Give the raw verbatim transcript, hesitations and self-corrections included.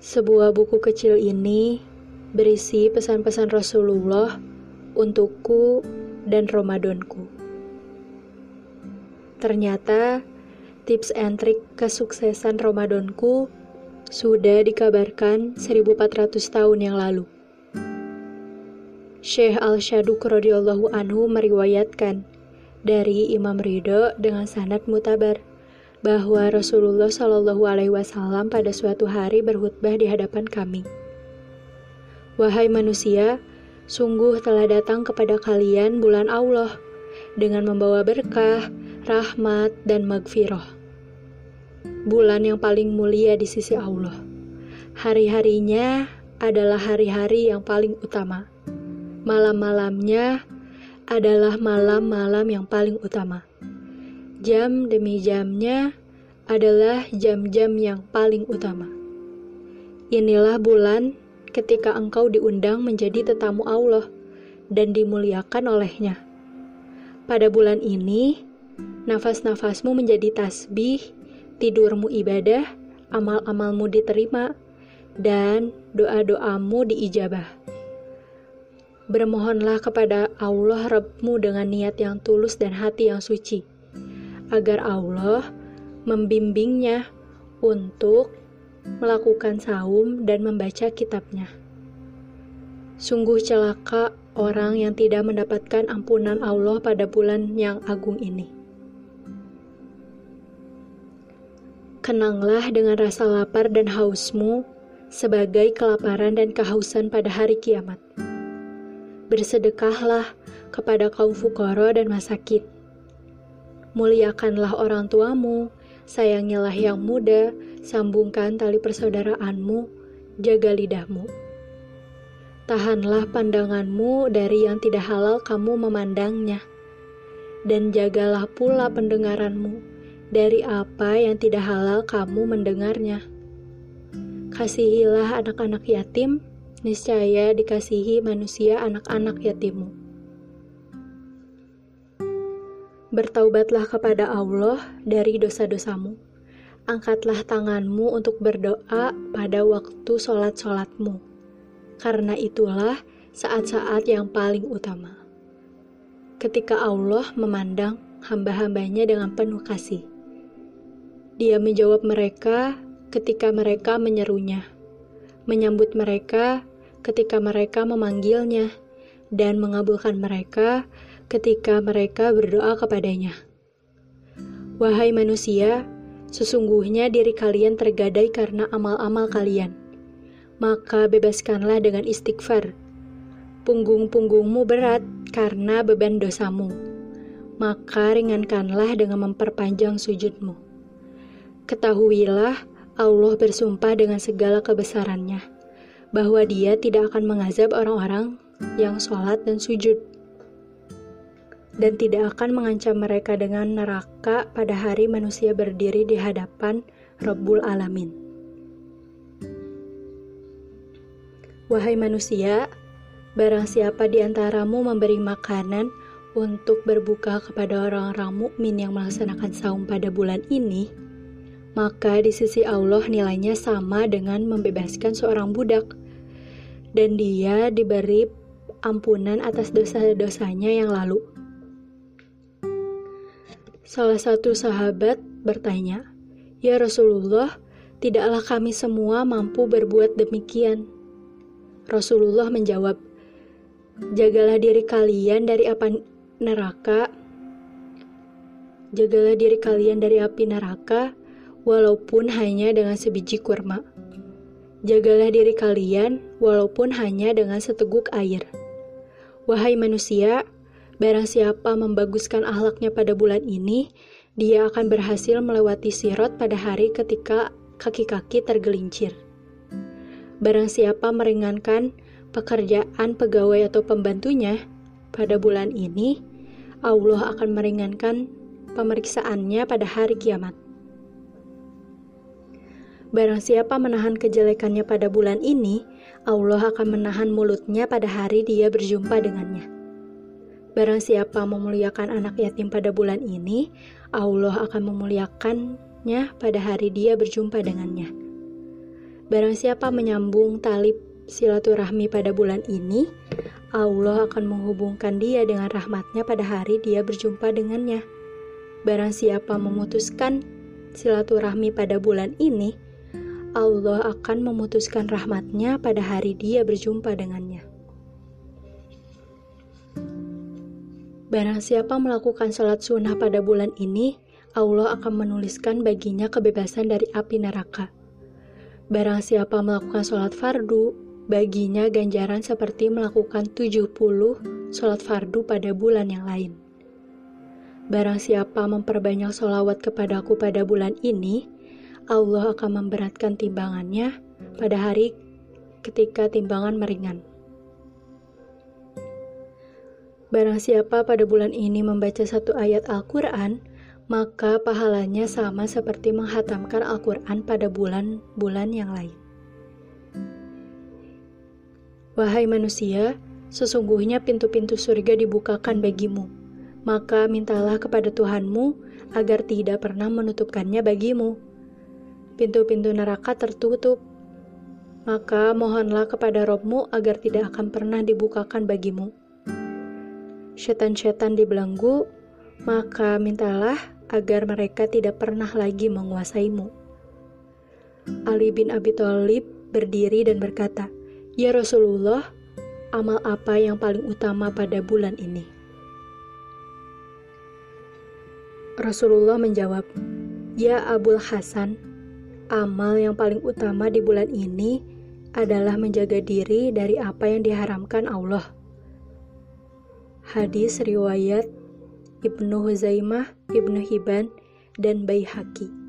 Sebuah buku kecil ini berisi pesan-pesan Rasulullah untukku dan Ramadanku. Ternyata tips and trik kesuksesan Ramadanku sudah dikabarkan seribu empat ratus tahun yang lalu. Syekh Al-Syaduk radhiyallahu anhu meriwayatkan dari Imam Ridho dengan sanad mutabar bahwa Rasulullah shallallahu alaihi wasallam pada suatu hari berkhutbah di hadapan kami. Wahai manusia, sungguh telah datang kepada kalian bulan Allah dengan membawa berkah, rahmat, dan magfirah. Bulan yang paling mulia di sisi Allah. Hari-harinya adalah hari-hari yang paling utama. Malam-malamnya adalah malam-malam yang paling utama. Jam demi jamnya adalah jam-jam yang paling utama. Inilah bulan ketika engkau diundang menjadi tetamu Allah dan dimuliakan olehnya. Pada bulan ini, nafas-nafasmu menjadi tasbih, tidurmu ibadah, amal-amalmu diterima, dan doa-doamu diijabah. Bermohonlah kepada Allah Rabbmu dengan niat yang tulus dan hati yang suci, agar Allah membimbingnya untuk melakukan saum dan membaca kitabnya. Sungguh celaka orang yang tidak mendapatkan ampunan Allah pada bulan yang agung ini. Kenanglah dengan rasa lapar dan hausmu sebagai kelaparan dan kehausan pada hari kiamat. Bersedekahlah kepada kaum fukara dan masakin. Muliakanlah orang tuamu, sayangilah yang muda, sambungkan tali persaudaraanmu, jaga lidahmu. Tahanlah pandanganmu dari yang tidak halal kamu memandangnya, dan jagalah pula pendengaranmu dari apa yang tidak halal kamu mendengarnya. Kasihilah anak-anak yatim, niscaya dikasihi manusia anak-anak yatimmu. Bertaubatlah kepada Allah dari dosa-dosamu. Angkatlah tanganmu untuk berdoa pada waktu sholat-sholatmu. Karena itulah saat-saat yang paling utama. Ketika Allah memandang hamba-hambanya dengan penuh kasih. Dia menjawab mereka ketika mereka menyerunya. Menyambut mereka ketika mereka memanggilnya. Dan mengabulkan mereka ketika mereka berdoa kepadanya. Wahai manusia, sesungguhnya diri kalian tergadai karena amal-amal kalian. Maka bebaskanlah dengan istighfar. Punggung-punggungmu berat karena beban dosamu. Maka ringankanlah dengan memperpanjang sujudmu. Ketahuilah Allah bersumpah dengan segala kebesarannya, bahwa Dia tidak akan mengazab orang-orang yang sholat dan sujud, dan tidak akan mengancam mereka dengan neraka pada hari manusia berdiri di hadapan Rabbul Alamin. Wahai manusia, barang siapa di antaramu memberi makanan untuk berbuka kepada orang-orang mukmin yang melaksanakan saum pada bulan ini, maka di sisi Allah nilainya sama dengan membebaskan seorang budak, dan dia diberi ampunan atas dosa-dosanya yang lalu. Salah satu sahabat bertanya, "Ya Rasulullah, tidaklah kami semua mampu berbuat demikian?" Rasulullah menjawab, "Jagalah diri kalian dari api neraka. Jagalah diri kalian dari api neraka, walaupun hanya dengan sebiji kurma. Jagalah diri kalian, walaupun hanya dengan seteguk air. Wahai manusia, barang siapa membaguskan akhlaknya pada bulan ini, dia akan berhasil melewati sirat pada hari ketika kaki-kaki tergelincir. Barang siapa meringankan pekerjaan pegawai atau pembantunya pada bulan ini, Allah akan meringankan pemeriksaannya pada hari kiamat. Barang siapa menahan kejelekannya pada bulan ini, Allah akan menahan mulutnya pada hari dia berjumpa dengannya. Barang siapa memuliakan anak yatim pada bulan ini, Allah akan memuliakannya pada hari dia berjumpa dengannya. Barang siapa menyambung tali silaturahmi pada bulan ini, Allah akan menghubungkan dia dengan rahmatnya pada hari dia berjumpa dengannya. Barang siapa memutuskan silaturahmi pada bulan ini, Allah akan memutuskan rahmatnya pada hari dia berjumpa dengannya. Barang siapa melakukan sholat sunnah pada bulan ini, Allah akan menuliskan baginya kebebasan dari api neraka. Barang siapa melakukan sholat fardu, baginya ganjaran seperti melakukan tujuh puluh sholat fardu pada bulan yang lain. Barang siapa memperbanyak sholawat kepadaku pada bulan ini, Allah akan memberatkan timbangannya pada hari ketika timbangan meringan. Barang siapa pada bulan ini membaca satu ayat Al-Quran, maka pahalanya sama seperti menghatamkan Al-Quran pada bulan-bulan yang lain. Wahai manusia, sesungguhnya pintu-pintu surga dibukakan bagimu, maka mintalah kepada Tuhanmu agar tidak pernah menutupkannya bagimu. Pintu-pintu neraka tertutup, maka mohonlah kepada Robmu agar tidak akan pernah dibukakan bagimu. Setan-setan dibelenggu, maka mintalah agar mereka tidak pernah lagi menguasaimu. Ali bin Abi Thalib berdiri dan berkata, "Ya Rasulullah, amal apa yang paling utama pada bulan ini?" Rasulullah menjawab, "Ya Abul Hasan, amal yang paling utama di bulan ini adalah menjaga diri dari apa yang diharamkan Allah." Hadis riwayat Ibnu Huzaimah, Ibnu Hibban, dan Baihaqi.